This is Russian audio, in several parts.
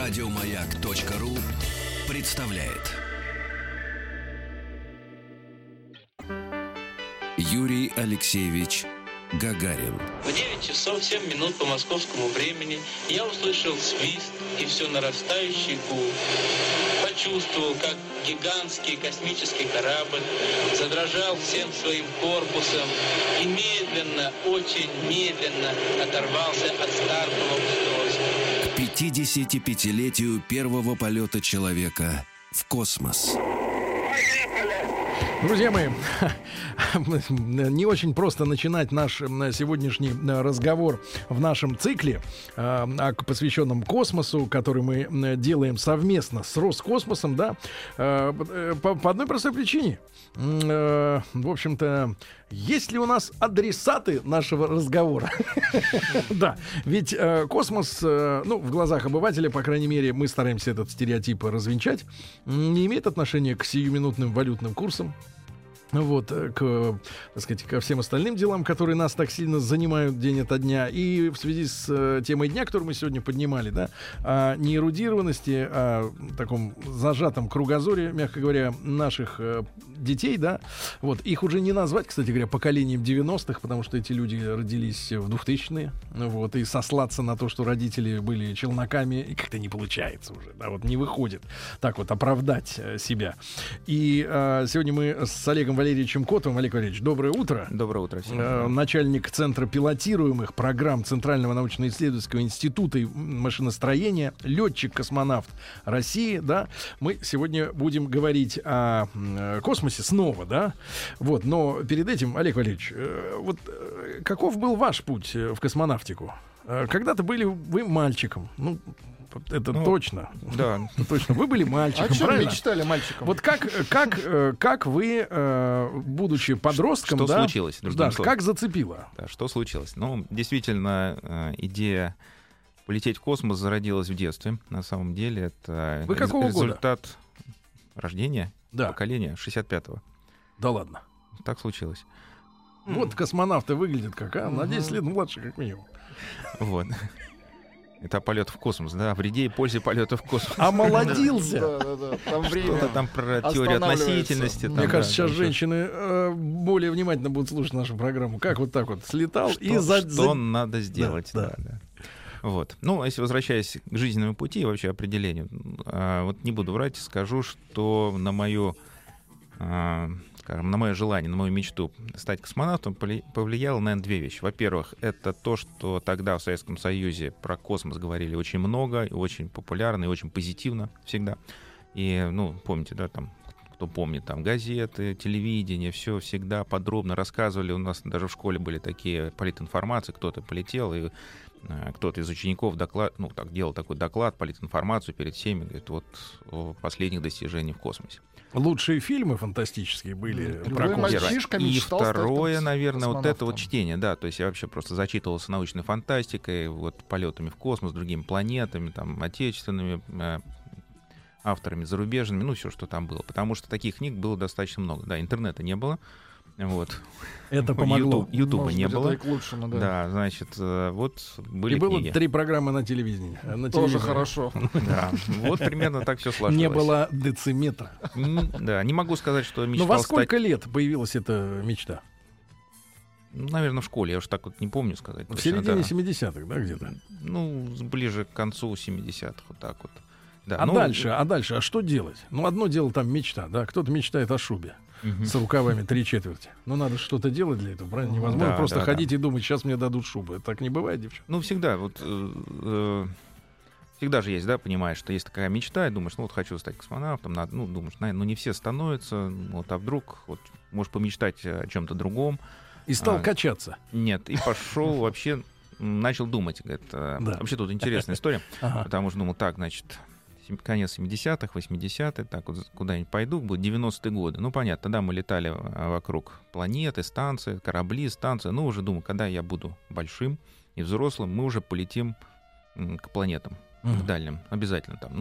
Радиомаяк.ру представляет. Юрий Алексеевич Гагарин. В 9 часов 7 минут по московскому времени я услышал свист и все нарастающий гул. Почувствовал, как гигантский космический корабль задрожал всем своим корпусом и медленно, очень медленно оторвался от стартового устройства. К 55-летию первого полета человека в космос. Друзья мои, не очень просто начинать наш сегодняшний разговор в нашем цикле, посвященном космосу, который мы делаем совместно с Роскосмосом, да, по одной простой причине. В общем-то, есть ли у нас адресаты нашего разговора? Да, ведь космос, ну, в глазах обывателя, по крайней мере, мы стараемся этот стереотип развенчать, не имеет отношения к сиюминутным валютным курсам. Вот, так сказать, ко всем остальным делам, которые нас так сильно занимают день ото дня. И в связи с темой дня, которую мы сегодня поднимали, да, о неэрудированности, о таком зажатом кругозоре, мягко говоря, наших детей, да, вот, их уже не назвать, кстати говоря, поколением 90-х, потому что эти люди родились в 2000-е, вот, и сослаться на то, что родители были челноками, и как-то не получается уже, да, вот не выходит так вот оправдать себя. И сегодня мы с Олегом Валерьевичем Котовым. Олег Валерьевич, доброе утро. Доброе утро всем. Начальник Центра пилотируемых программ Центрального научно-исследовательского института машиностроения, летчик-космонавт России, да. Мы сегодня будем говорить о космосе снова, да. Вот, но перед этим, Олег Валерьевич, вот каков был ваш путь в космонавтику? Когда-то были вы мальчиком, ну, это точно. Да. Точно. Вы были мальчиком, о чем правильно? мечтали мальчиком? Вот как вы, будучи подростком, что да, случилось? Да, как зацепило? Да, что случилось? Ну, действительно, идея полететь в космос зародилась в детстве. На самом деле, это Вы какого результат рождения, да, поколения 65-го. Да ладно. Так случилось. Вот космонавты выглядят как, на 10 лет младше, как минимум. Вот. Это полет в космос, да, о вреде и пользе полета в космос. Омолодился. Да. Там время Что-то там про теорию относительности. Мне кажется, сейчас женщины более внимательно будут слушать нашу программу. Как вот так вот слетал и что надо сделать. Да. Вот. Ну, если возвращаясь к жизненному пути и вообще определению, вот не буду врать, скажу, что на мое желание, на мою мечту стать космонавтом повлияло, наверное, две вещи. Во-первых, это то, что тогда в Советском Союзе про космос говорили очень много, и очень популярно, и очень позитивно всегда. И, ну, помните, да, там, кто помнит, там, газеты, телевидение, все всегда подробно рассказывали. У нас даже в школе были такие политинформации, кто-то полетел, и кто-то из учеников делал такой доклад, политинформацию перед всеми, говорит, вот о последних достижениях в космосе. Лучшие фильмы фантастические были про космос. И второе, наверное, вот это вот чтение, да, то есть я вообще просто зачитывался научной фантастикой, вот полетами в космос, другими планетами, там, отечественными авторами, зарубежными, ну, все, что там было, потому что таких книг было достаточно много. Да, интернета не было. Вот. Это помогло. Ютуба не было. Это и к лучшему, да. Да, значит, вот были книги. И было книги. 3 программы на телевидении. Тоже хорошо. Да, вот примерно так все сложилось. Не было дециметра. Да, не могу сказать, что мечтал. Ну, во сколько лет появилась эта мечта? Наверное, в школе, я уж так вот не помню сказать. В середине 70-х, да, где-то? Ну, ближе к концу 70-х, вот так вот. Да, дальше, а что делать? Ну, одно дело там мечта, да, кто-то мечтает о шубе с рукавами 3/4. Ну, надо что-то делать для этого, правильно? Невозможно просто ходить и думать, сейчас мне дадут шубу. Так не бывает, девчонки. Ну, всегда, вот, всегда же есть, да, понимаешь, что есть такая мечта, и думаешь, ну, вот хочу стать космонавтом, думаешь, наверное, не все становятся, вот, а вдруг, вот, можешь помечтать о чем-то другом. И стал качаться. Нет, и пошел вообще, начал думать, говорит, вообще тут интересная история, потому что думал, так, значит, конец 70-х, 80-е, так вот куда-нибудь пойду, будут 90-е годы. Ну, понятно, тогда мы летали вокруг планеты, станции, корабли, станции. Ну, уже думаю, когда я буду большим и взрослым, мы уже полетим к планетам, к дальним, обязательно там. Ну,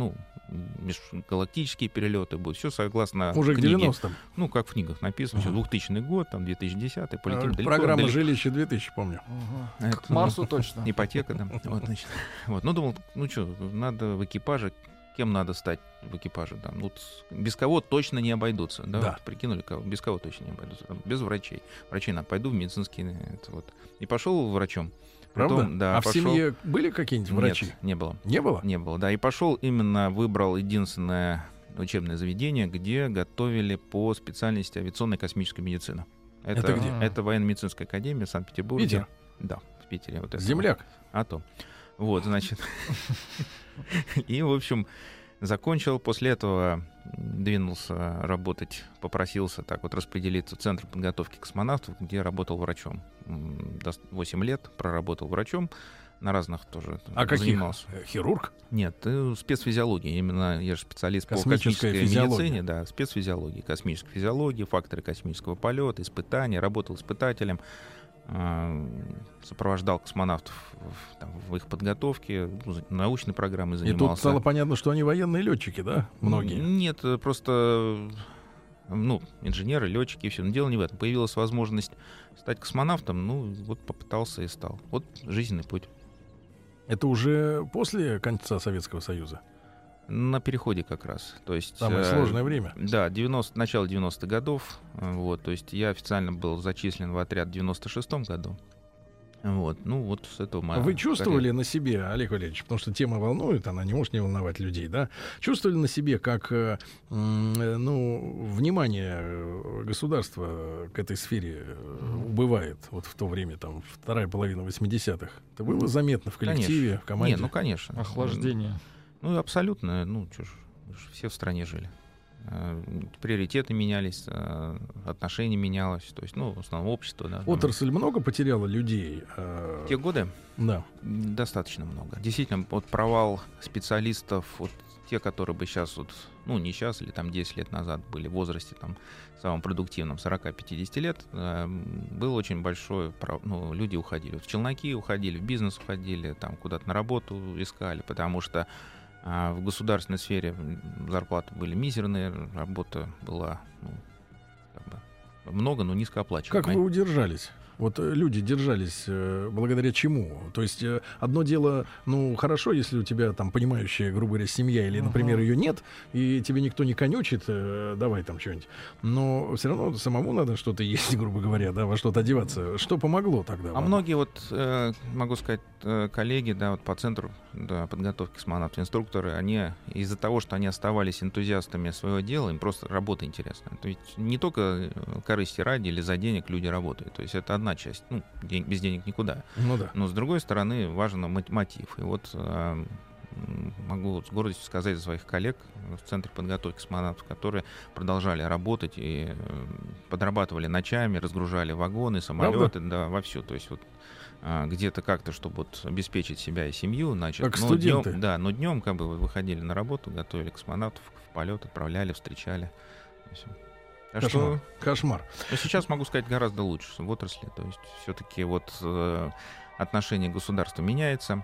межгалактические перелеты будут. Все согласно Уже к книге. 90-м. Ну, как в книгах написано, все 2000 год, там 2010-й, полетим далеко. Программа далеко. «Жилище 2000», помню. Это, К Марсу точно. Ипотека, да. Вот, значит. Вот. Ну, думал, ну что, надо в экипаже, кем надо стать в экипаже? Да? Ну, без кого точно не обойдутся. Да? Да. Вот прикинули, без кого точно не обойдутся. Там, без врачей. Врачей надо, пойду в медицинский. Это вот. И пошел врачом. Правда? Потом, да, а пошел... в семье были какие-нибудь врачи? Нет, не было. Не было? Не было, да. И пошел именно, выбрал единственное учебное заведение, где готовили по специальности авиационная и космическая медицина. Это где? Это военно-медицинская академия в Санкт-Петербурге. Питер? Да, в Питере. Вот это. Земляк? А то. Вот, значит. И, в общем, закончил. После этого двинулся работать, попросился так вот распределиться в Центр подготовки космонавтов, где работал врачом. 8 лет проработал врачом. На разных тоже занимался. Хирург? Нет, спецфизиология. Именно я же специалист по Космическая космической физиология. медицине. Да, спецфизиология, космической физиологии, факторы космического полета, испытания. Работал испытателем, сопровождал космонавтов в их подготовке, научной программой занимался. И тут стало понятно, что они военные летчики, да? Многие. Нет, просто инженеры, летчики, и все. Но дело не в этом. Появилась возможность стать космонавтом, вот попытался и стал. Вот жизненный путь. Это уже после конца Советского Союза? На переходе как раз. То есть, самое сложное время. Да, начало 90-х годов. Вот, то есть я официально был зачислен в отряд в 96-м году. Вот, вот с этого моя Вы чувствовали карьера. на себе, Олег Валерьевич, потому что тема волнует, она не может не волновать людей, да? Чувствовали на себе, как внимание государства к этой сфере убывает вот в то время, там, вторая половина 80-х? Это было заметно в коллективе, Конечно. в команде? Нет, конечно. Охлаждение. Абсолютно. Все в стране жили. Приоритеты менялись, отношения менялось. То есть, в основном общество. Да, Отрасль много потеряла людей? В те годы Да. достаточно много. Действительно, провал специалистов, те, которые бы сейчас, не сейчас, или там 10 лет назад были в возрасте там самом продуктивном, 40-50 лет, был очень большой, люди уходили. В челноки уходили, в бизнес уходили, там куда-то на работу искали, потому что в государственной сфере зарплаты были мизерные, работа была много, но низкооплачиваемая. Как вы удержались? Вот люди держались благодаря чему? То есть одно дело, хорошо, если у тебя там понимающая, грубо говоря, семья, или, например, ее нет, и тебе никто не конючит, давай там что-нибудь. Но все равно самому надо что-то есть, грубо говоря, да, во что-то одеваться. Что помогло тогда вам? Многие, могу сказать, коллеги, по центру подготовки космонавтов, инструкторы, они из-за того, что они оставались энтузиастами своего дела, им просто работа интересна. То есть не только корысти ради или за денег люди работают. То есть это одна часть. Без денег никуда. Да. Но, с другой стороны, важен мотив. И могу с гордостью сказать за своих коллег в Центре подготовки космонавтов, которые продолжали работать и подрабатывали ночами, разгружали вагоны, самолеты, вовсю. То есть где-то как-то, чтобы обеспечить себя и семью, как студенты. Но днем выходили на работу, готовили космонавтов в полет, отправляли, встречали. Кошмар. Но сейчас могу сказать гораздо лучше в отрасли. То есть все-таки отношение к государству меняется,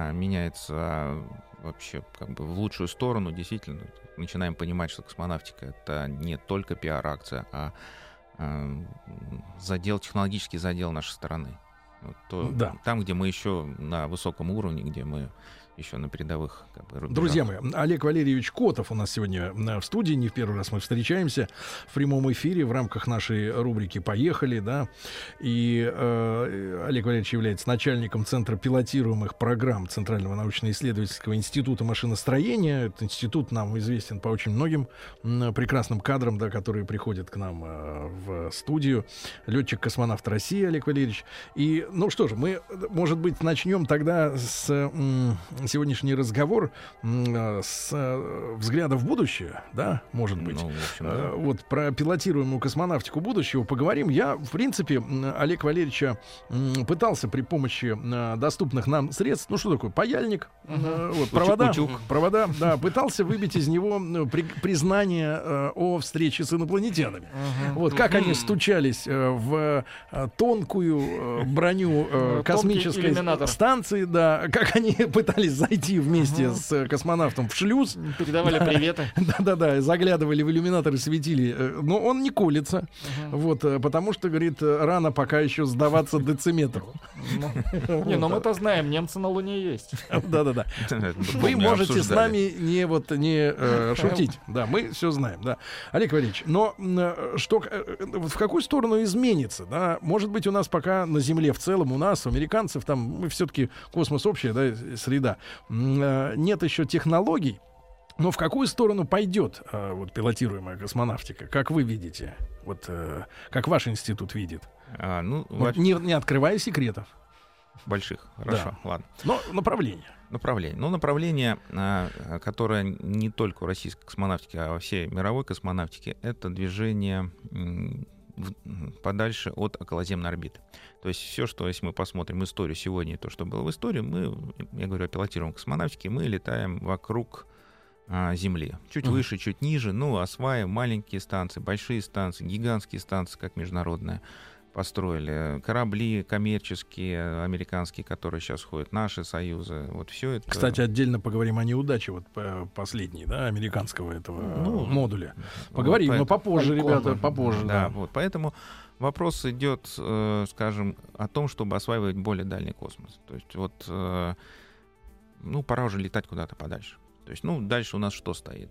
вообще в лучшую сторону. Действительно, начинаем понимать, что космонавтика — это не только пиар-акция, а технологический задел нашей страны. Там, где мы еще на высоком уровне, где мы еще на передовых рубежах. Друзья мои, Олег Валерьевич Котов у нас сегодня в студии. Не в первый раз мы встречаемся в прямом эфире в рамках нашей рубрики «Поехали», да. И Олег Валерьевич является начальником Центра пилотируемых программ Центрального научно-исследовательского института машиностроения. Этот институт нам известен по очень многим прекрасным кадрам, которые приходят к нам в студию. Летчик-космонавт России Олег Валерьевич. И, что же, мы, может быть, начнем тогда с сегодняшний разговор с взгляда в будущее, да, может быть. Про пилотируемую космонавтику будущего поговорим. Я, в принципе, Олега Валерьевича пытался при помощи доступных нам средств, что такое, паяльник, провода, да, пытался выбить из него признание о встрече с инопланетянами. Как они стучались в тонкую броню космической станции, да, как они пытались зайти вместе с космонавтом в шлюз. Передавали приветы. Да-да-да, заглядывали в иллюминаторы, светили. Но он не колется. Вот, потому что, говорит, рано пока еще сдаваться дециметру. Не, но мы-то знаем, немцы на Луне есть. Да-да-да. Вы можете с нами не шутить. Да, мы все знаем, да. Олег Валерьевич, но что, в какую сторону изменится? Да? Может быть, у нас пока на Земле в целом, у нас, у американцев, там, мы все-таки космос общая, да, среда, нет еще технологий, но в какую сторону пойдет вот пилотируемая космонавтика? Как вы видите? Вот как ваш институт видит? Вот не открывая секретов. Больших, хорошо, Да. ладно. Но направление. Направление, которое не только у российской космонавтики, а во всей мировой космонавтике, это движение подальше от околоземной орбиты. То есть все, что, если мы посмотрим историю сегодня и то, что было в истории, я говорю о пилотируемой космонавтике, мы летаем вокруг Земли. Чуть выше, чуть ниже, осваиваем маленькие станции, большие станции, гигантские станции, как международные. Построили корабли коммерческие, американские, которые сейчас ходят, наши союзы. Вот все это. Кстати, отдельно поговорим о неудаче вот последней, да, американского этого модуля. Поговорим, но попозже, ребята, попозже. Да, вот. Поэтому вопрос идет, скажем, о том, чтобы осваивать более дальний космос. То есть вот, пора уже летать куда-то подальше. То есть, дальше у нас что стоит?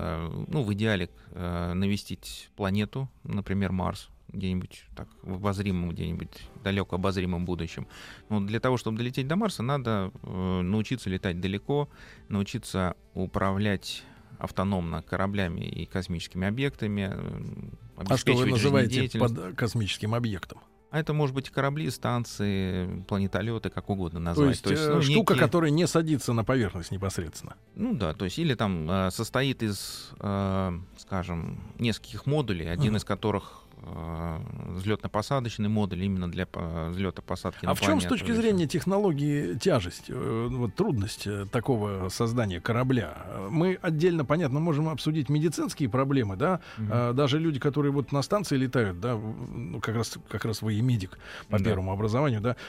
В идеале навестить планету, например, Марс, где-нибудь так в обозримом, где-нибудь далеко обозримом будущем. Но для того, чтобы долететь до Марса, надо научиться летать далеко, научиться управлять автономно кораблями и космическими объектами. А что вы называете под космическим объектом? А это может быть корабли, станции, планетолеты, как угодно назвать. То есть штука, которая не садится на поверхность непосредственно. То есть или там состоит из, скажем, нескольких модулей, один из которых взлетно-посадочный модуль именно для взлета-посадки на планету. А в чем с точки зрения технологии тяжесть, трудность такого создания корабля? Мы отдельно, понятно, можем обсудить медицинские проблемы, да? Даже люди, которые вот на станции летают, да, как раз вы и медик по первому образованию, да,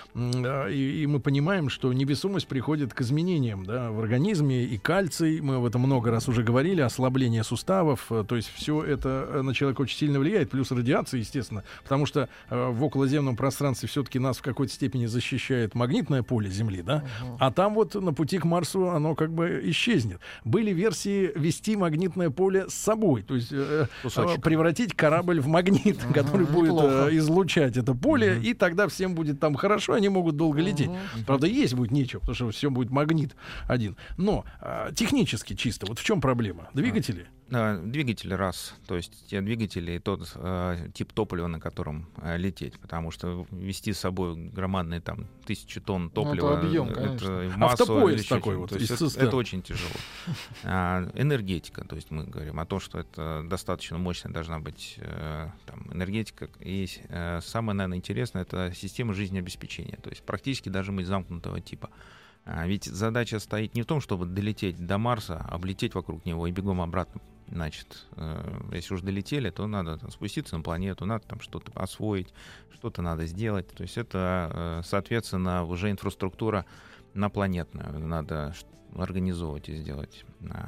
и мы понимаем, что невесомость приходит к изменениям, да, в организме, и кальций, мы об этом много раз уже говорили, ослабление суставов, то есть все это на человека очень сильно влияет, плюс радиация, естественно, потому что в околоземном пространстве все-таки нас в какой-то степени защищает магнитное поле Земли, да, а там вот на пути к Марсу оно как бы исчезнет. Были версии вести магнитное поле с собой, то есть превратить корабль в магнит, который будет излучать это поле, и тогда всем будет там хорошо, они могут долго лететь. Правда, есть будет нечего, потому что все будет магнит один. Но технически чисто, вот в чем проблема? Двигатели? Двигатели раз, то есть те двигатели и тот тип топлива, на котором лететь, потому что вести с собой громадные там 1000 тонн топлива, это объем, это массу, автопоезд такой вот, это очень тяжело. Энергетика, то есть мы говорим о том, что это достаточно мощная должна быть энергетика, и самое, наверное, интересное — это система жизнеобеспечения, то есть практически даже мы замкнутого типа. Ведь задача стоит не в том, чтобы долететь до Марса, облететь вокруг него и бегом обратно. Значит, если уж долетели, то надо спуститься на планету, надо там что-то освоить, что-то надо сделать. То есть это, соответственно, уже инфраструктура инопланетная. Надо организовывать и сделать.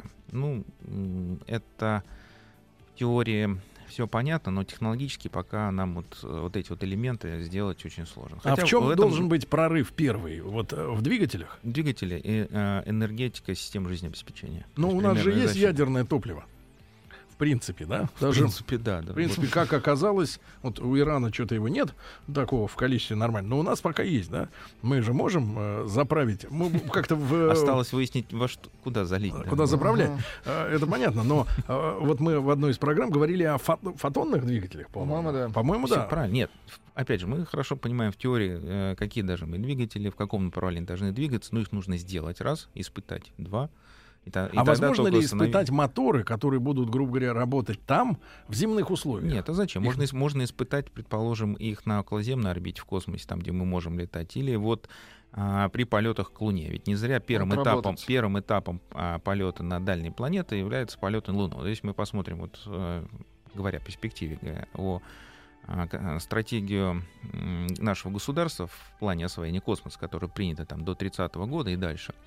Это в теории все понятно, но технологически пока нам вот эти вот элементы сделать очень сложно. Хотя в чем должен быть прорыв первый? Вот в двигателях? Двигатели и энергетика, система жизнеобеспечения. У нас же есть ядерное топливо. В принципе, да? В принципе, да. В принципе, как оказалось, вот у Ирана что-то его нет такого в количестве нормально, но у нас пока есть, да? Мы же можем заправить. Мы как-то Осталось выяснить, куда залить. Куда заправлять. Это понятно, но вот мы в одной из программ говорили о фотонных двигателях, по-моему. Да. По-моему, да. Правильно. Нет, опять же, мы хорошо понимаем в теории, какие должны быть двигатели, в каком направлении должны двигаться, но их нужно сделать раз, испытать два. А возможно ли испытать моторы, которые будут, грубо говоря, работать там, в земных условиях? Нет, а зачем? Можно испытать, предположим, их на околоземной орбите в космосе, там, где мы можем летать, или вот при полетах к Луне. Ведь не зря первым этапом полета на дальние планеты является полет на Луну. Если мы посмотрим, говоря о перспективе, о стратегию нашего государства в плане освоения космоса, которая принята там до 30-го года и дальше,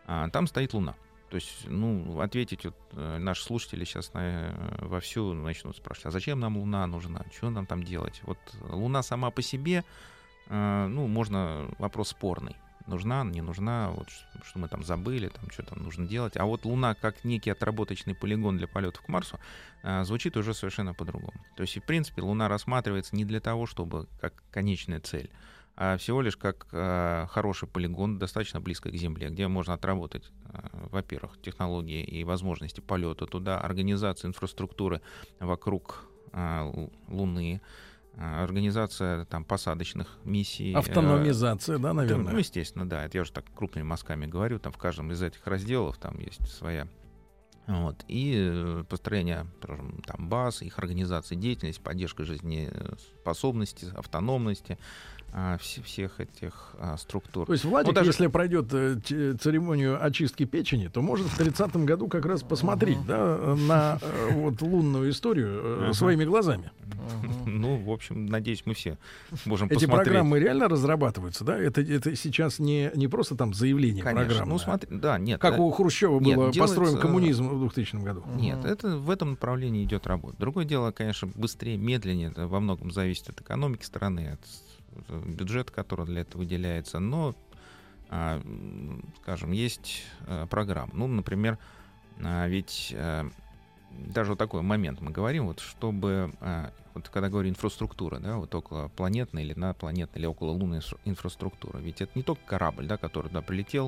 там стоит Луна. То есть, ответить наши слушатели сейчас вовсю начнут спрашивать, а зачем нам Луна нужна, что нам там делать? Вот Луна сама по себе, можно вопрос спорный. Нужна, не нужна, вот, что мы там забыли, там, что там нужно делать. А вот Луна как некий отработочный полигон для полетов к Марсу звучит уже совершенно по-другому. То есть, в принципе, Луна рассматривается не для того, чтобы как конечная цель, а всего лишь как хороший полигон, достаточно близко к Земле, где можно отработать, во-первых, технологии и возможности полета туда, организацию инфраструктуры вокруг Луны, организация там посадочных миссий. Автономизация, да, наверное? Естественно, да. Это я уже так крупными мазками говорю. Там в каждом из этих разделов там есть своя. Вот. И построение там, баз, их организации деятельности, поддержка жизнеспособности, автономности всех этих структур. То есть Владик, если пройдет церемонию очистки печени, то может в 30-м году как раз посмотреть на вот лунную историю своими глазами. В общем, надеюсь, мы все можем Эти посмотреть. программы реально разрабатываются, да? Это сейчас не просто там заявление программы. Как у Хрущева было построен коммунизм в 2000 году. Нет, это в этом направлении идет работа. Другое дело, конечно, быстрее, медленнее. Это во многом зависит от экономики страны, от бюджета, который для этого выделяется. Но, скажем, есть программа. Например, ведь даже вот такой момент мы говорим, вот чтобы, вот когда говорю инфраструктура, да, вот околопланетная или надпланетная или окололунная инфраструктура, ведь это не только корабль, да, который туда прилетел,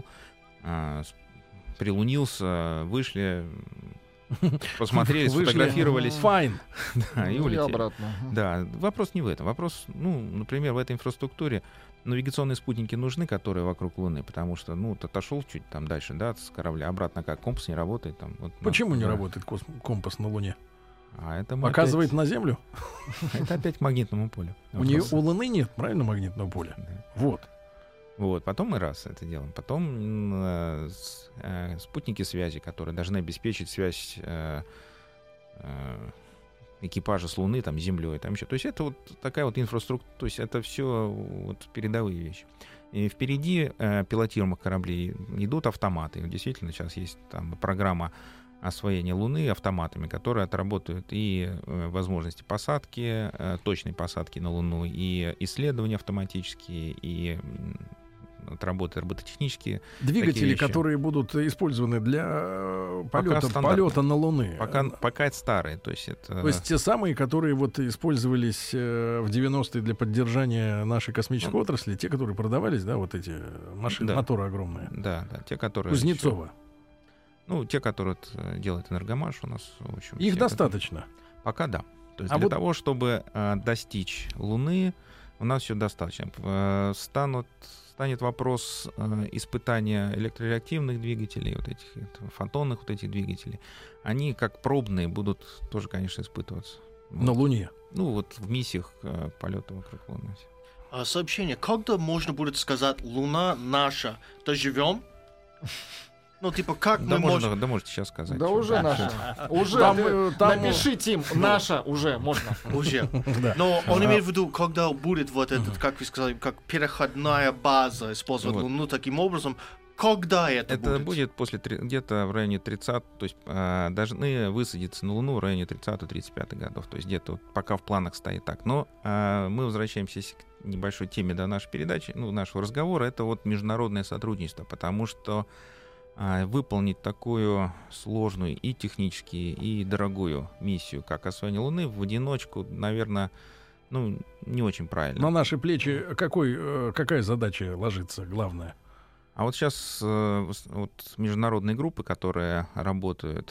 прилунился, вышли, посмотрели, сфотографировались. Файн. Да, и улетели. Обратно. Да, вопрос не в этом. Вопрос, например, в этой инфраструктуре навигационные спутники нужны, которые вокруг Луны, потому что, ты отошел чуть там дальше, да, с корабля, обратно как компас не работает. Там, Почему не работает компас на Луне? Это показывает на Землю? Это опять к магнитному полю. У Луны нет, правильно, магнитного поля? Да. Вот, потом мы это делаем. Потом спутники связи, которые должны обеспечить связь экипажа с Луны, там, с Землей, там еще. То есть это вот такая вот инфраструктура, то есть это все вот передовые вещи. И впереди пилотируемых кораблей идут автоматы. И действительно, сейчас есть там программа освоения Луны автоматами, которые отработают и возможности посадки, точной посадки на Луну, и исследования автоматические, и отработают робототехнические двигатели, которые будут использованы для полета на Луны. Пока это старые. То есть те самые, которые вот использовались в 90-е для поддержания нашей космической отрасли, те, которые продавались, да, вот эти машины, моторы огромные. Да, те, которые... Кузнецова. Те, которые делает Энергомаш у нас. В общем, их достаточно? Пока да. То есть для того, чтобы достичь Луны, у нас все достаточно. Станет вопрос испытания электрореактивных двигателей, вот этих фотонных вот этих двигателей. Они как пробные будут тоже, конечно, испытываться. На Луне? В миссиях полета вокруг Луны. Сообщение. Когда можно будет сказать «Луна наша»? Доживем? Как мы можем... Да можете сейчас сказать. Да уже наша. Уже. Напиши, Тим, наша уже можно. Уже. Но он имеет в виду, когда будет вот этот, как вы сказали, как переходная база использовать Луну таким образом, когда это будет? Это будет после где-то в районе 30, то есть должны высадиться на Луну в районе 30-35 годов. То есть где-то пока в планах стоит так. Но мы возвращаемся к небольшой теме нашей передачи, нашего разговора. Это международное сотрудничество, потому что выполнить такую сложную и технически, и дорогую миссию, как освоение Луны, в одиночку, наверное, не очень правильно. На наши плечи какая задача ложится, главная? А вот сейчас международные группы, которые работают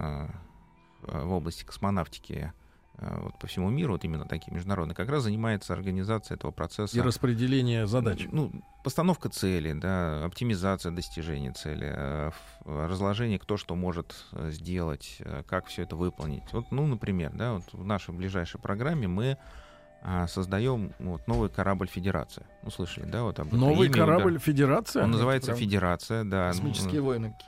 в области космонавтики по всему миру, именно такие международные, как раз занимается организацией этого процесса. И распределение задач. Постановка цели, да, оптимизация достижения цели, разложение, кто что может сделать, как все это выполнить. Например, да, в нашей ближайшей программе мы создаем новый корабль «Федерация». Слышали, да, об этом? Новый корабль «Федерация»? Он называется «Федерация», да. Космические войны какие-то.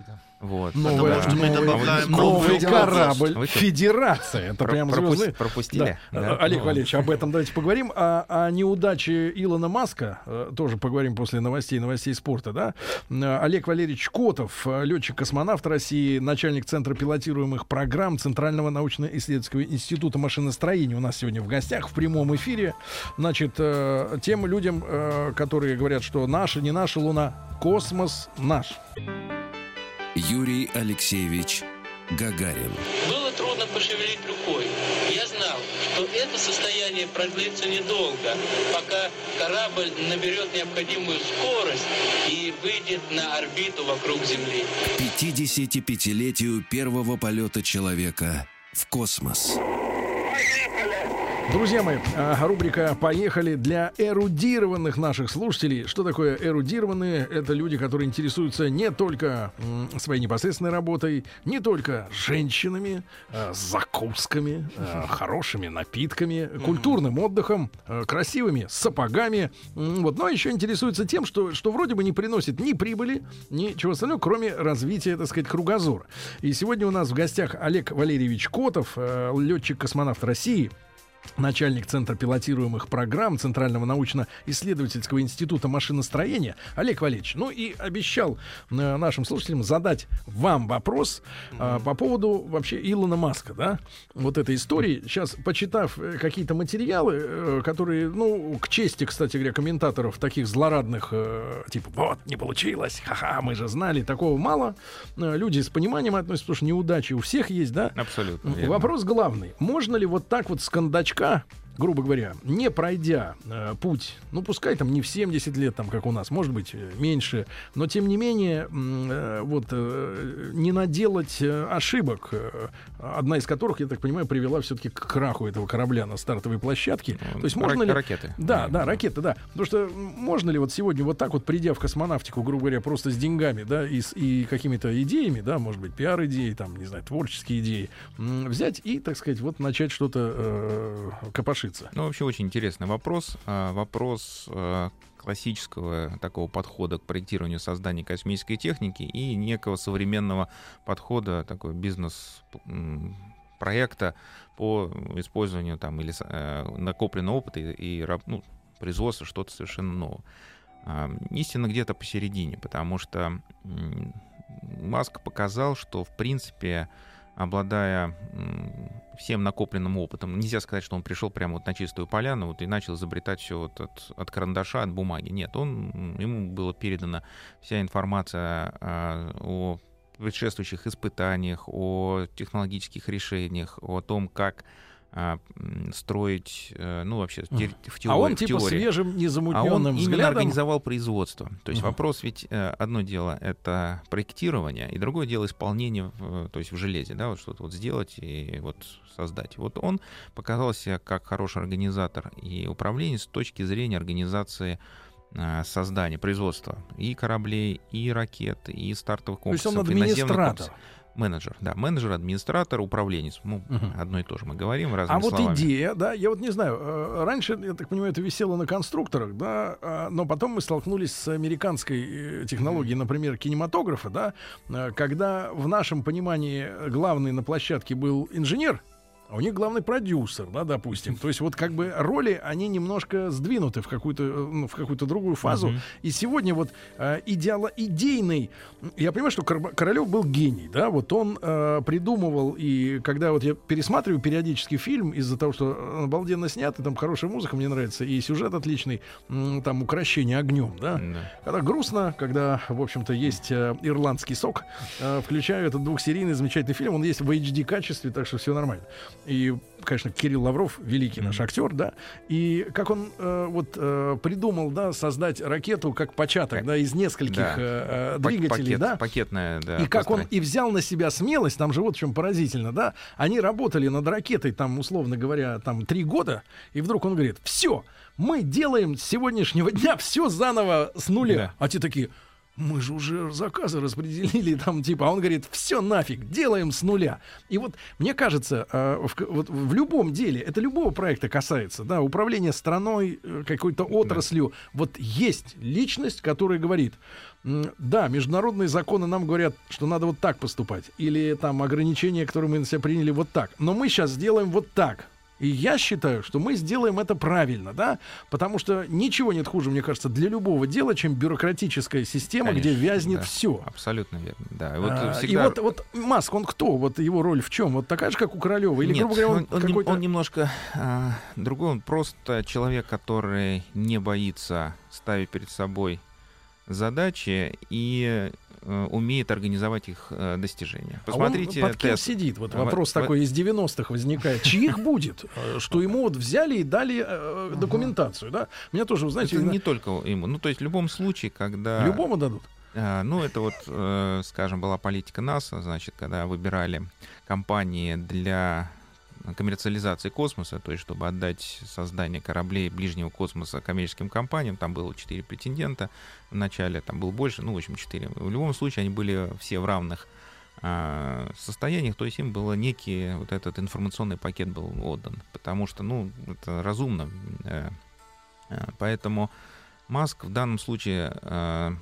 Вот. Новый корабль Федерация. Это прям звездный. Пропустили. Да. Олег Валерьевич, об этом давайте поговорим. О неудаче Илона Маска тоже поговорим после новостей спорта. Да? Олег Валерьевич Котов, летчик-космонавт России, начальник Центра пилотируемых программ Центрального научно-исследовательского института машиностроения у нас сегодня в гостях в прямом эфире. Значит, тем людям, которые говорят, что наша, не наша Луна, космос наш. Юрий Алексеевич Гагарин. Было трудно пошевелить рукой. Я знал, что это состояние продлится недолго, пока корабль наберет необходимую скорость и выйдет на орбиту вокруг Земли. К 55-летию первого полета человека в космос. Друзья мои, рубрика «Поехали» для эрудированных наших слушателей. Что такое эрудированные? Это люди, которые интересуются не только своей непосредственной работой, не только женщинами, закусками, хорошими напитками, культурным отдыхом, красивыми сапогами, вот, но еще интересуются тем, что вроде бы не приносит ни прибыли, ничего остального, кроме развития, так сказать, кругозора. И сегодня у нас в гостях Олег Валерьевич Котов, летчик-космонавт России, начальник Центра пилотируемых программ Центрального научно-исследовательского института машиностроения. Олег Валерьевич, ну и обещал нашим слушателям задать вам вопрос по поводу вообще Илона Маска, да, вот этой истории. Сейчас, почитав какие-то материалы, которые, ну, к чести, кстати говоря, комментаторов таких злорадных, типа, вот, не получилось, ха-ха, мы же знали, такого мало. Люди с пониманием относятся, потому что неудачи у всех есть, да? Абсолютно. Вопрос главный. Можно ли вот так вот с кондачка, грубо говоря, не пройдя путь, ну, пускай там не в 70 лет, там, как у нас, может быть, меньше, но, тем не менее, не наделать ошибок, одна из которых, я так понимаю, привела все-таки к краху этого корабля на стартовой площадке. То есть можно ли... Ракеты. Да, ракеты, да. Потому что можно ли вот сегодня вот так вот, придя в космонавтику, грубо говоря, просто с деньгами, да, и какими-то идеями, да, может быть, пиар-идеи, там, не знаю, творческие идеи, взять и, так сказать, вот начать что-то копошить? Ну, вообще очень интересный вопрос. Вопрос классического такого подхода к проектированию создания космической техники и некого современного подхода, такой бизнес-проекта по использованию там или накопленного опыта и производства что-то совершенно нового. Истина где-то посередине, потому что Маск показал, что, в принципе, обладая всем накопленным опытом, нельзя сказать, что он пришел прямо вот на чистую поляну вот, и начал изобретать все вот от карандаша, от бумаги. Нет, ему была передана вся информация о предшествующих испытаниях, о технологических решениях, о том, как строить, ну, вообще, в теории. А он, типа, свежим, незамутненным взглядом... именно организовал производство. То есть вопрос ведь, одно дело — это проектирование, и другое дело — исполнение, то есть в железе, да, вот что-то вот сделать и вот создать. Вот он показал себя как хороший организатор и управленец с точки зрения организации создания, производства и кораблей, и ракет, и стартовых комплексов. То есть он администратор. Менеджер, да, менеджер, администратор, управленец. Ну, одно и то же мы говорим разными словами. А вот идея, да, я вот не знаю, раньше, я так понимаю, это висело на конструкторах, да, но потом мы столкнулись с американской технологией, например, кинематографа, да, когда в нашем понимании главный на площадке был инженер, а у них главный продюсер, да, допустим. То есть вот как бы роли, они немножко сдвинуты в какую-то другую фазу. И сегодня вот идейный... Я понимаю, что Королёв был гений, да, вот он придумывал, и когда вот я пересматриваю периодически фильм из-за того, что обалденно снят, и там хорошая музыка мне нравится, и сюжет отличный, там «Укрощение огнем», да. Когда грустно, когда, в общем-то, есть ирландский сок, включаю этот двухсерийный замечательный фильм, он есть в HD-качестве, так что все нормально. И, конечно, Кирилл Лавров, великий наш актер, да, и как он придумал, да, создать ракету как початок, да, из нескольких двигателей, да, пакетная, да, и как он и взял на себя смелость, там же вот в чем поразительно, да, они работали над ракетой, там, условно говоря, там 3 года, и вдруг он говорит: все, мы делаем с сегодняшнего дня все заново с нуля, а те такие: мы же уже заказы распределили, там, типа, а он говорит, все нафиг, делаем с нуля. И вот, мне кажется, вот в любом деле, это любого проекта касается, да, управление страной, какой-то отраслью, вот есть личность, которая говорит, да, международные законы нам говорят, что надо вот так поступать, или там ограничения, которые мы на себя приняли, вот так, но мы сейчас сделаем вот так. И я считаю, что мы сделаем это правильно, да, потому что ничего нет хуже, мне кажется, для любого дела, чем бюрократическая система, Конечно, где вязнет да, все. Абсолютно верно, да. Вот всегда... И вот Маск, он кто? Вот его роль в чем? Вот такая же, как у Королёва? Или, Нет, грубо говоря, он какой-то... он немножко другой. Он просто человек, который не боится ставить перед собой задачи и умеет организовать их достижения. Посмотрите, а он под кем сидит? Вот вопрос такой из 90-х возникает. Чьих будет? Что ему вот взяли и дали документацию, да? Меня тоже, вы знаете... Это не только ему. Ну, то есть в любом случае, когда... Любому дадут? Ну, это вот, скажем, была политика НАСА, значит, когда выбирали компании для коммерциализации космоса, то есть чтобы отдать создание кораблей ближнего космоса коммерческим компаниям. Там было 4 претендента в начале, там было больше, ну, в общем, 4. В любом случае, они были все в равных состояниях, то есть им было некий вот этот информационный пакет был отдан, потому что, ну, это разумно. Поэтому Маск в данном случае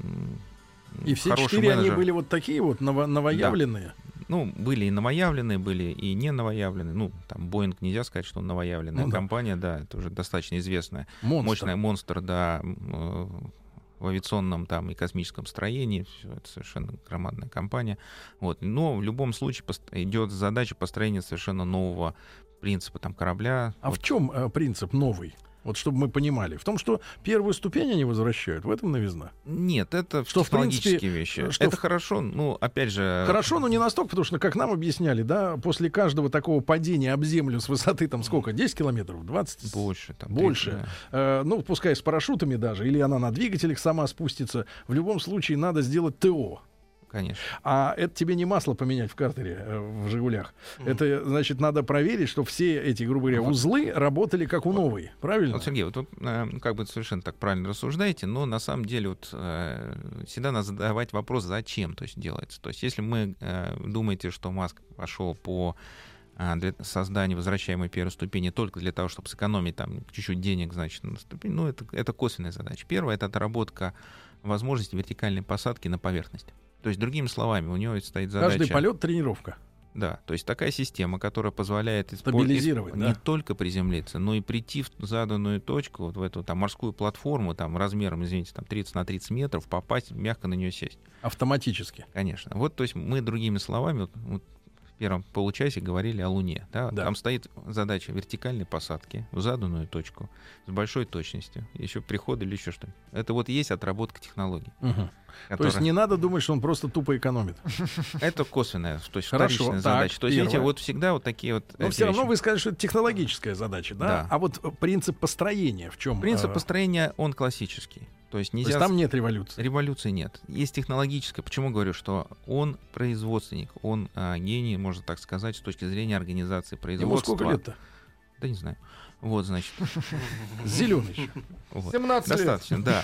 и все 4 они были вот такие вот новоявленные? Да. Ну, были и новоявленные, были и не новоявленные. Ну, там, Боинг нельзя сказать, что он новоявленная компания, да, это уже достаточно известная. Мощная монстр, да, в авиационном там и космическом строении. Всё, это совершенно громадная компания. Вот. Но в любом случае идет задача построения совершенно нового принципа там, корабля. А в чем принцип новый? Вот чтобы мы понимали. В том, что первую ступень они возвращают, в этом новизна? Нет, это что, технологические вещи. Что это хорошо, ну, опять же... Хорошо, но не настолько, потому что, как нам объясняли, да, после каждого такого падения об землю с высоты, там, сколько, 10 километров, 20? Больше. Там, 30, больше. Да. Ну, пускай с парашютами даже, или она на двигателях сама спустится. В любом случае надо сделать ТО. Конечно. А это тебе не масло поменять в картере в «Жигулях». Это, значит, надо проверить, что все эти, грубо говоря, узлы работали как у новой. Правильно? Вот, Сергей, вот как бы совершенно так правильно рассуждаете, но на самом деле вот всегда надо задавать вопрос, зачем то есть делается. То есть если мы думаете, что Маск пошел по созданию возвращаемой первой ступени только для того, чтобы сэкономить там чуть-чуть денег, значит, на ступень, ну, это косвенная задача. Первое — это отработка возможности вертикальной посадки на поверхность. То есть, другими словами, у него стоит задача... Каждый полет — тренировка. Да, то есть такая система, которая позволяет стабилизировать, не только приземлиться, но и прийти в заданную точку, вот в эту там морскую платформу, там размером, извините, там 30 на 30 метров, попасть, мягко на нее сесть. Автоматически. Конечно. Вот, то есть мы, другими словами, вот в первом получасе говорили о Луне. Да? Да. Там стоит задача вертикальной посадки в заданную точку с большой точностью, еще приходы или еще что-нибудь. Это вот и есть отработка технологий. Угу. То есть не надо думать, что он просто тупо экономит. Это косвенная, то есть вторичная задача. То есть, видите, вот всегда вот такие вот... Но все равно вы скажете, что это технологическая задача, да? Да. А вот принцип построения в чем? Принцип построения, он классический. То есть нельзя... То есть там нет революции? Революции нет. Есть технологическая. Почему говорю, что он производственник, он гений, можно так сказать, с точки зрения организации производства. Ему сколько лет-то? Да не знаю. Вот, значит. Зеленый еще. 17 лет. Достаточно, да.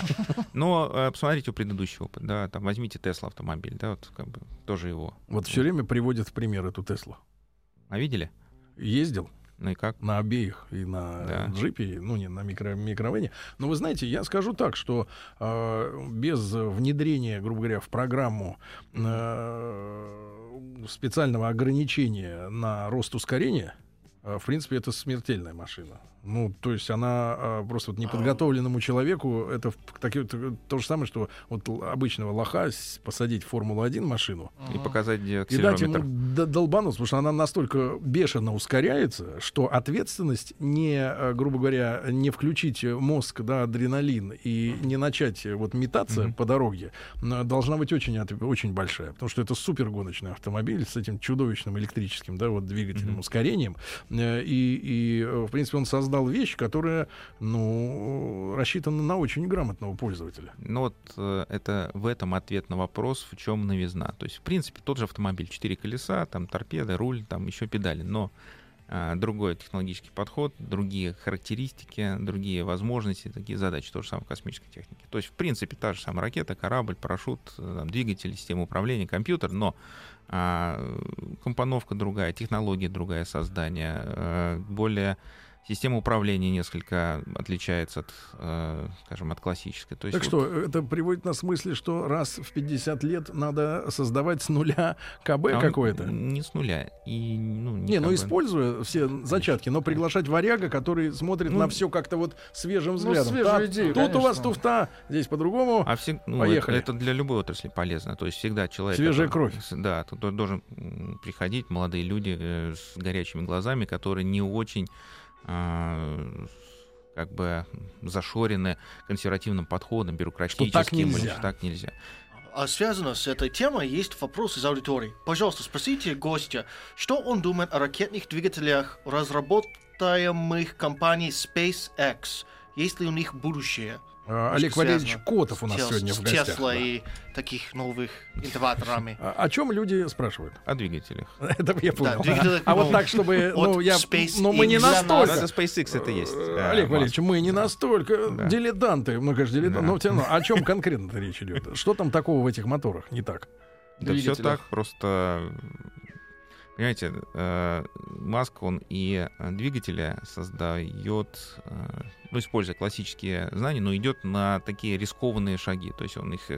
Но посмотрите предыдущий опыт. Да, там возьмите Тесла автомобиль, да, вот как бы тоже его. Вот все время приводят в пример эту Теслу. А видели? Ездил. Ну и как? На обеих, и на джипе, ну не на микровене. Но вы знаете, я скажу так, что без внедрения, грубо говоря, в программу специального ограничения на рост ускорения, в принципе, это смертельная машина. Ну, то есть она просто вот неподготовленному человеку, это то же самое, что вот обычного лоха посадить в Формулу-1 машину и показать акселерометр. И дать ему долбануться, потому что она настолько бешено ускоряется, что ответственность не, грубо говоря, не включить мозг, да, адреналин и не начать вот метаться по дороге, должна быть очень большая, потому что это супергоночный автомобиль с этим чудовищным электрическим, да, вот двигателем, ускорением, и в принципе он создал вещь, которая, ну, рассчитана на очень грамотного пользователя. Ну вот это в этом ответ на вопрос, в чем новизна. То есть, в принципе, тот же автомобиль, 4 колеса, там торпеда, руль, там еще педали, но другой технологический подход, другие характеристики, другие возможности, такие задачи, то же самое в космической технике. То есть, в принципе, та же самая ракета, корабль, парашют, двигатель, система управления, компьютер, но компоновка другая, технология другая создания, более... Система управления несколько отличается от, скажем, от классической. То есть так что, это приводит нас к мысли, что раз в 50 лет надо создавать с нуля КБ какое-то? Не с нуля. И, используя все зачатки, но приглашать варяга, который смотрит на все как-то вот свежим взглядом. Идея, тут у вас туфта, здесь по-другому. Поехали. Это для любой отрасли полезно. То есть всегда человек... Свежая кровь. Да, тут должен приходить молодые люди с горячими глазами, которые не очень... как бы зашорены консервативным подходом, бюрократическим. Так нельзя. А связано с этой темой есть вопрос из аудитории. Пожалуйста, спросите гостя, что он думает о ракетных двигателях, разработаемых компанией SpaceX. Есть ли у них будущее? Олег Валерьевич Котов у нас сегодня в гостях. Тесла и таких новых инноваторами. О чем люди спрашивают? О двигателях. Это я понял. Да, а вот так, чтобы... Но мы не настолько... Это SpaceX это есть. Олег Валерьевич, мы не настолько дилетанты. Мы, конечно, дилетанты, но все равно. О чем конкретно речь идет? Что там такого в этих моторах не так? Да все так, просто... Понимаете, Маск, он и двигатели создает, используя классические знания, но идет на такие рискованные шаги. То есть он их,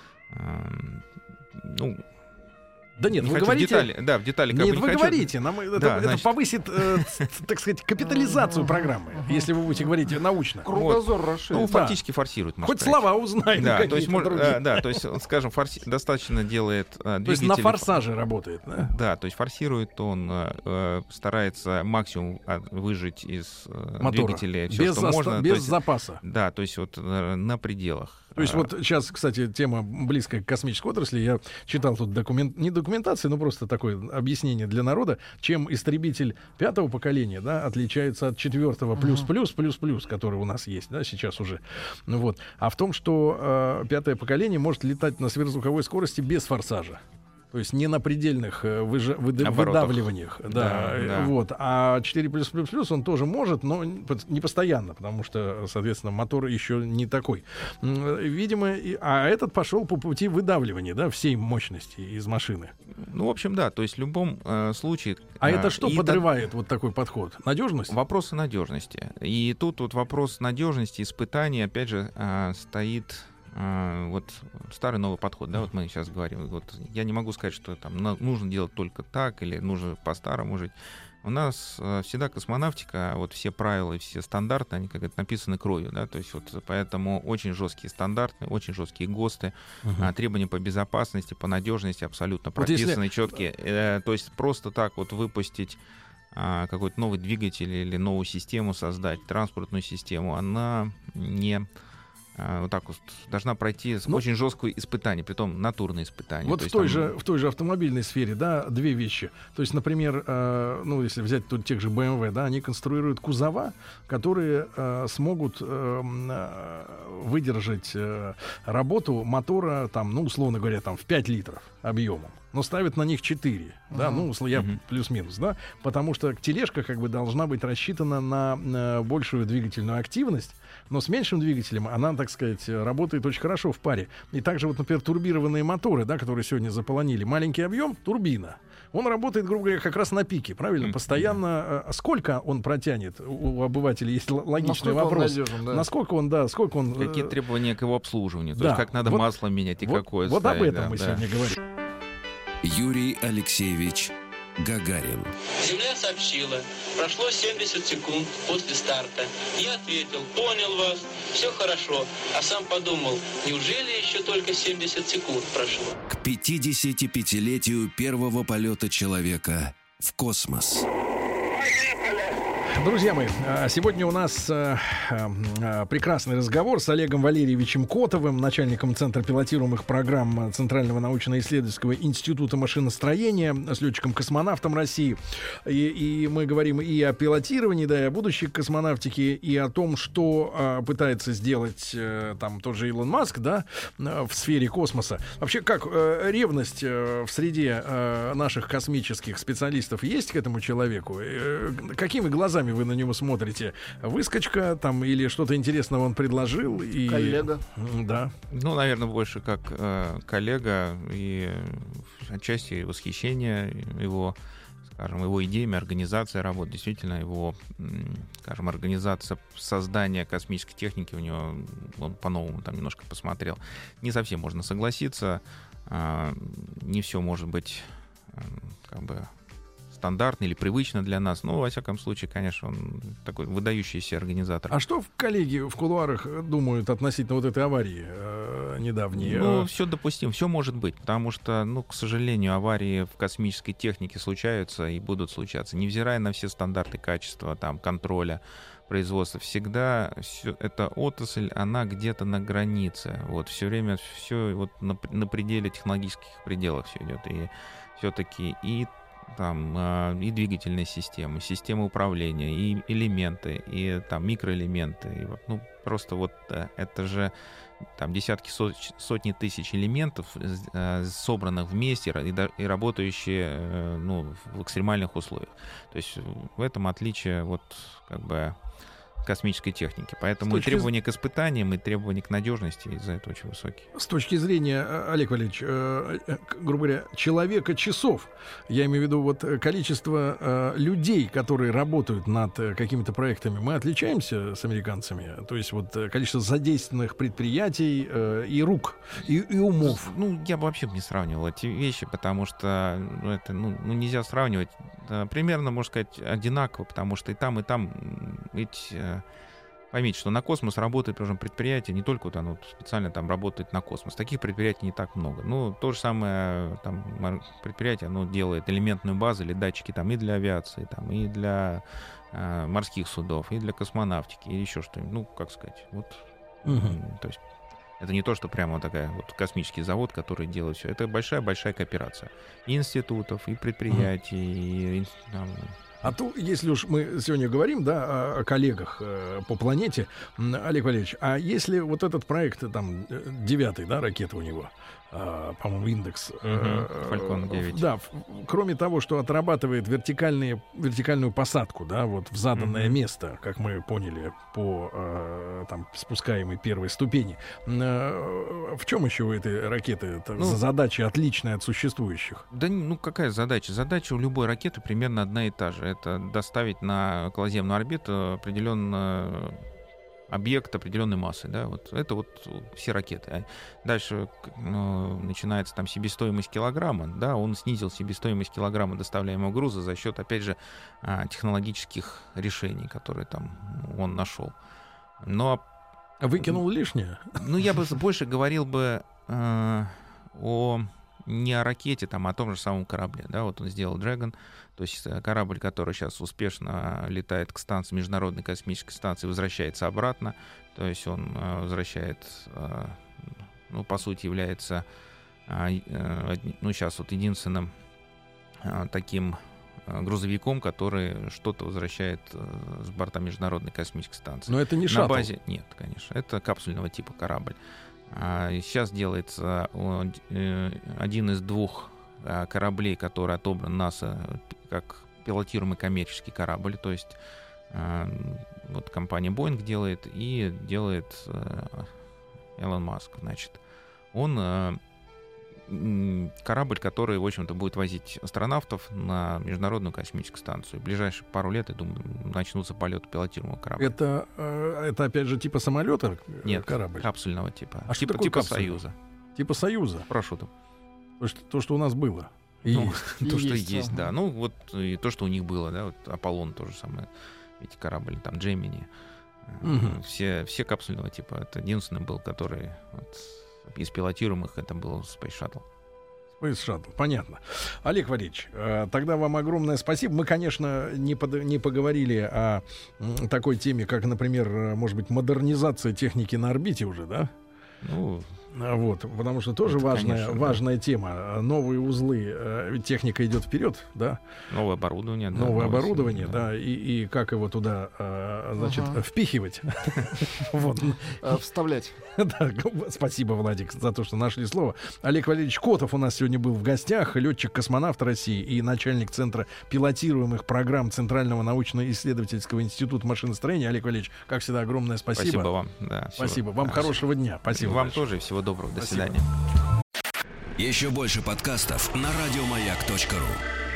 да нет, не вы говорите... в детали нет, вы говорите, это повысит, так сказать, капитализацию программы, если вы будете говорить научно. Кругозор расширит. Фактически форсирует. Хоть слова узнаем. Да, то есть, скажем, достаточно делает двигатель... То есть на форсаже работает, да? Да, то есть форсирует он, старается максимум выжать из двигателя все, что можно. Без запаса. Да, то есть вот на пределах. То есть вот сейчас, кстати, тема близкая к космической отрасли. Я читал тут не документации, но просто такое объяснение для народа, чем истребитель 5-го поколения, да, отличается от 4-го плюс-плюс, который у нас есть, да, сейчас уже. Вот. А в том, что 5-е поколение может летать на сверхзвуковой скорости без форсажа. То есть не на предельных выдавливаниях. Да. Вот. А 4+++ он тоже может, но не постоянно, потому что, соответственно, мотор еще не такой. Видимо, а этот пошел по пути выдавливания, да, всей мощности из машины. В общем, да. То есть в любом случае... А это что подрывает вот такой подход? Надежность? Вопросы надежности. И тут вот вопрос надежности, испытаний, опять же, стоит... Вот старый новый подход, да, вот мы сейчас говорим. Вот я не могу сказать, что там нужно делать только так или нужно по-старому жить. У нас всегда космонавтика, вот все правила и все стандарты, они как-то написаны кровью, да, то есть вот поэтому очень жесткие стандарты, очень жесткие ГОСТы, требования по безопасности, по надежности абсолютно прописаны, четкие. То есть просто так вот выпустить какой-то новый двигатель или новую систему создать, транспортную систему, она не... вот так вот должна пройти очень жесткое испытание, притом натурное испытание. Вот в той же автомобильной сфере, да, две вещи. То есть, например, если взять тут тех же BMW, да, они конструируют кузова, которые смогут выдержать работу мотора, там, условно говоря, там, в 5 литров объемом. Но ставят на них 4, да, я плюс-минус, да, потому что тележка как бы должна быть рассчитана на большую двигательную активность, но с меньшим двигателем она, так сказать, работает очень хорошо в паре. И также вот, например, турбированные моторы, да, которые сегодня заполонили, маленький объем, турбина. Он работает, грубо говоря, как раз на пике, правильно? Постоянно. Сколько он протянет? У обывателей есть логичный вопрос. Надежен, да. Насколько он, Какие требования к его обслуживанию? То есть как надо масло менять и какое вот ставить. Вот об этом мы сегодня говорим. Юрий Алексеевич Гагарин. Земля сообщила, прошло 70 секунд после старта. Я ответил, понял вас, все хорошо. А сам подумал, неужели еще только 70 секунд прошло? К 55-летию первого полета человека в космос. Друзья мои, сегодня у нас прекрасный разговор с Олегом Валерьевичем Котовым, начальником Центра пилотируемых программ Центрального научно-исследовательского института машиностроения, с летчиком-космонавтом России. И мы говорим и о пилотировании, да, и о будущей космонавтике, и о том, что пытается сделать там тот же Илон Маск, да, в сфере космоса. Вообще, как ревность в среде наших космических специалистов есть к этому человеку? Какими глазами вы на него смотрите? Выскочка там или что-то интересного он предложил? И... Коллега. Да. Ну, наверное, больше как коллега и отчасти восхищение его, скажем, его идеями, организация работы. Действительно, его, скажем, организация создания космической техники у него, он по-новому там немножко посмотрел. Не совсем можно согласиться. Не все может быть как бы стандартно или привычно для нас. Но, во всяком случае, конечно, он такой выдающийся организатор. А что коллеги в кулуарах думают относительно вот этой аварии недавней? Ну, все допустимо, все может быть, потому что, ну, к сожалению, аварии в космической технике случаются и будут случаться. Невзирая на все стандарты качества, там, контроля, производства, всегда эта отрасль, она где-то на границе. Вот, все время все вот на пределе, технологических пределах все идет. И все-таки и там и двигательные системы, системы управления, и элементы, и там микроэлементы. И вот, ну, просто вот это же там десятки, сотни тысяч элементов, собранных вместе и работающие, ну, в экстремальных условиях. То есть в этом отличие вот как бы космической техники. Поэтому и требования к испытаниям, и требования к надежности из-за этого очень высокие. С точки зрения, Олег Валерьевич, грубо говоря, человека-часов, я имею в виду вот количество людей, которые работают над какими-то проектами, мы отличаемся с американцами? То есть вот количество задействованных предприятий и рук, и умов? Ну, я бы вообще не сравнивал эти вещи, потому что это, ну, нельзя сравнивать. Примерно, можно сказать, одинаково, потому что и там ведь поймите, что на космос работает, причем, предприятие, не только вот оно специально там работает на космос. Таких предприятий не так много. Ну, то же самое там предприятие, оно делает элементную базу или датчики там и для авиации, там, и для морских судов, и для космонавтики, и еще что-нибудь. Ну, как сказать, вот. То есть это не то, что прямо вот такая вот космический завод, который делает все. Это большая-большая кооперация и институтов, и предприятий, и там, а то, если уж мы сегодня говорим, да, о коллегах по планете, Олег Валерьевич, а если вот этот проект, там, 9-й, да, ракета у него, по-моему, индекс. Falcon 9. Да, кроме того, что отрабатывает вертикальную посадку, да, вот в заданное место, как мы поняли, по там спускаемой первой ступени. В чем еще у этой ракеты задача отличная от существующих? Да, ну какая задача? Задача у любой ракеты примерно одна и та же. Это доставить на околоземную орбиту определенный объект определенной массы, да, вот это вот все ракеты. Дальше начинается там себестоимость килограмма, да, он снизил себестоимость килограмма доставляемого груза за счет, опять же, технологических решений, которые там он нашел. Но выкинул лишнее? Ну, я бы больше говорил бы не о ракете, там, а о том же самом корабле. Да? Вот он сделал Dragon, то есть корабль, который сейчас успешно летает к станции, Международной космической станции, возвращается обратно. То есть он возвращает, ну, по сути, является ну, сейчас вот единственным таким грузовиком, который что-то возвращает с борта Международной космической станции. Но это не шаттл? На базе нет, конечно. Это капсульного типа корабль. Сейчас делается один из двух кораблей, который отобран НАСА как пилотируемый коммерческий корабль. То есть вот компания Boeing делает и делает Илон Маск. Значит, он корабль, который, в общем-то, будет возить астронавтов на Международную космическую станцию. В ближайшие пару лет, я думаю, начнутся полеты пилотируемого корабля. Это опять же типа самолета? Нет, корабль? Капсульного типа. А типа, что такое капсульного? Союза. Типа Союза? Парашютом. То, что у нас было. То, что есть, да. Ну, вот и то, что у них было, да. Вот Аполлон тоже самое. Эти корабли, там, Джемини. Все капсульного типа. Это единственный был, который... Вот, из пилотируемых это был Space Shuttle. Space Shuttle, понятно. Олег Валерьевич, тогда вам огромное спасибо. Мы, конечно, не поговорили о такой теме, как, например, может быть, модернизация техники на орбите уже, да? Ну, вот, потому что тоже важная тема. Новые узлы, ведь техника идет вперед, да? Новое оборудование, да. Новое оборудование, да. И как его туда, значит, впихивать. Вставлять. Да, спасибо, Владик, за то, что нашли слово. Олег Валерьевич Котов у нас сегодня был в гостях, летчик-космонавт России и начальник Центра пилотируемых программ Центрального научно-исследовательского института машиностроения. Олег Валерьевич, как всегда, огромное спасибо. Спасибо вам. Да, спасибо. Вам хорошего дня. Спасибо. Вам тоже. Всего доброго. До свидания. Еще больше подкастов на радиомаяк.ру.